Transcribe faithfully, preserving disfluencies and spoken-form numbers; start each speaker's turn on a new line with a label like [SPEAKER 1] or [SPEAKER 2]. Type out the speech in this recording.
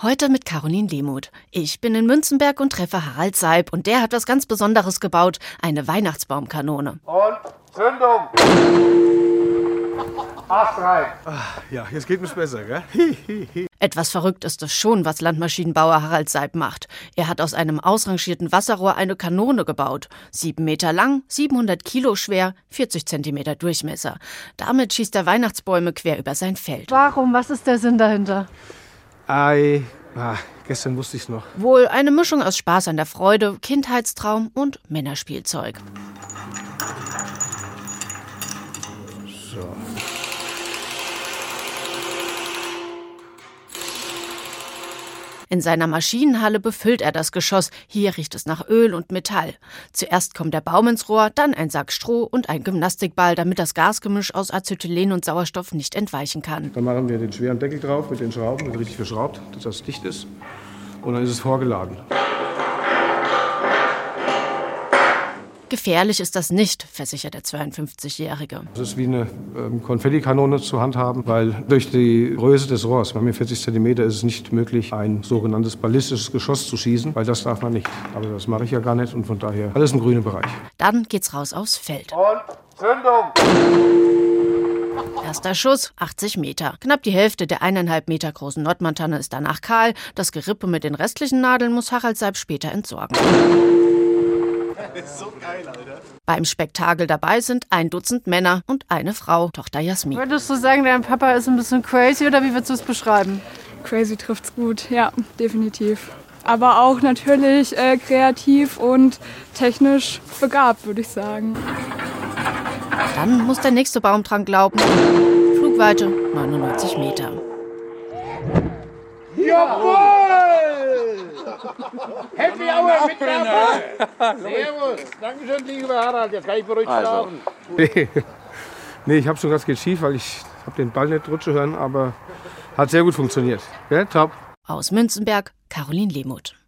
[SPEAKER 1] Heute mit Caroline Lehmuth. Ich bin in Münzenberg und treffe Harald Seib. Und der hat was ganz Besonderes gebaut. Eine Weihnachtsbaumkanone.
[SPEAKER 2] Und Zündung! Ast rein.
[SPEAKER 3] Ach, ja, jetzt geht mir's besser, gell?
[SPEAKER 1] Etwas verrückt ist es schon, was Landmaschinenbauer Harald Seib macht. Er hat aus einem ausrangierten Wasserrohr eine Kanone gebaut. Sieben Meter lang, siebenhundert Kilo schwer, vierzig Zentimeter Durchmesser. Damit schießt er Weihnachtsbäume quer über sein Feld.
[SPEAKER 4] Warum? Was ist der Sinn dahinter?
[SPEAKER 3] Ei, ah, gestern wusste ich's noch.
[SPEAKER 1] Wohl eine Mischung aus Spaß an der Freude, Kindheitstraum und Männerspielzeug.
[SPEAKER 3] So.
[SPEAKER 1] In seiner Maschinenhalle befüllt er das Geschoss. Hier riecht es nach Öl und Metall. Zuerst kommt der Baum ins Rohr, dann ein Sack Stroh und ein Gymnastikball, damit das Gasgemisch aus Acetylen und Sauerstoff nicht entweichen kann.
[SPEAKER 3] Dann machen wir den schweren Deckel drauf mit den Schrauben, wird richtig verschraubt, dass das dicht ist. Und dann ist es vorgeladen.
[SPEAKER 1] Gefährlich ist das nicht, versichert der zweiundfünfzigjährige.
[SPEAKER 3] Es ist wie eine ähm, Konfettikanone zu handhaben, weil durch die Größe des Rohrs, bei mir vierzig Zentimeter, ist es nicht möglich, ein sogenanntes ballistisches Geschoss zu schießen, weil das darf man nicht. Aber das mache ich ja gar nicht und von daher alles im grünen Bereich.
[SPEAKER 1] Dann geht's raus aufs Feld.
[SPEAKER 2] Und Zündung!
[SPEAKER 1] Erster Schuss, achtzig Meter. Knapp die Hälfte der eineinhalb Meter großen Nordmantanne ist danach kahl. Das Gerippe mit den restlichen Nadeln muss Harald Seib später entsorgen.
[SPEAKER 2] Das ist so geil, Alter.
[SPEAKER 1] Beim Spektakel dabei sind ein Dutzend Männer und eine Frau, Tochter Jasmin.
[SPEAKER 4] Würdest du sagen, dein Papa ist ein bisschen crazy oder wie würdest du es beschreiben?
[SPEAKER 5] Crazy trifft's gut, ja, definitiv. Aber auch natürlich äh, kreativ und technisch begabt, würde ich sagen.
[SPEAKER 1] Dann muss der nächste Baum dran glauben. Flugweite neunundneunzig Meter.
[SPEAKER 2] Jawohl! Happy Hour mit dabei! Servus! Dankeschön, lieber Harald. Jetzt kann ich beruhigt schlafen.
[SPEAKER 3] Nee, nee, ich habe schon ganz geht schief, weil ich habe den Ball nicht rutschen hören, aber hat sehr gut funktioniert. Ja, top.
[SPEAKER 1] Aus Münzenberg, Caroline Lehmuth.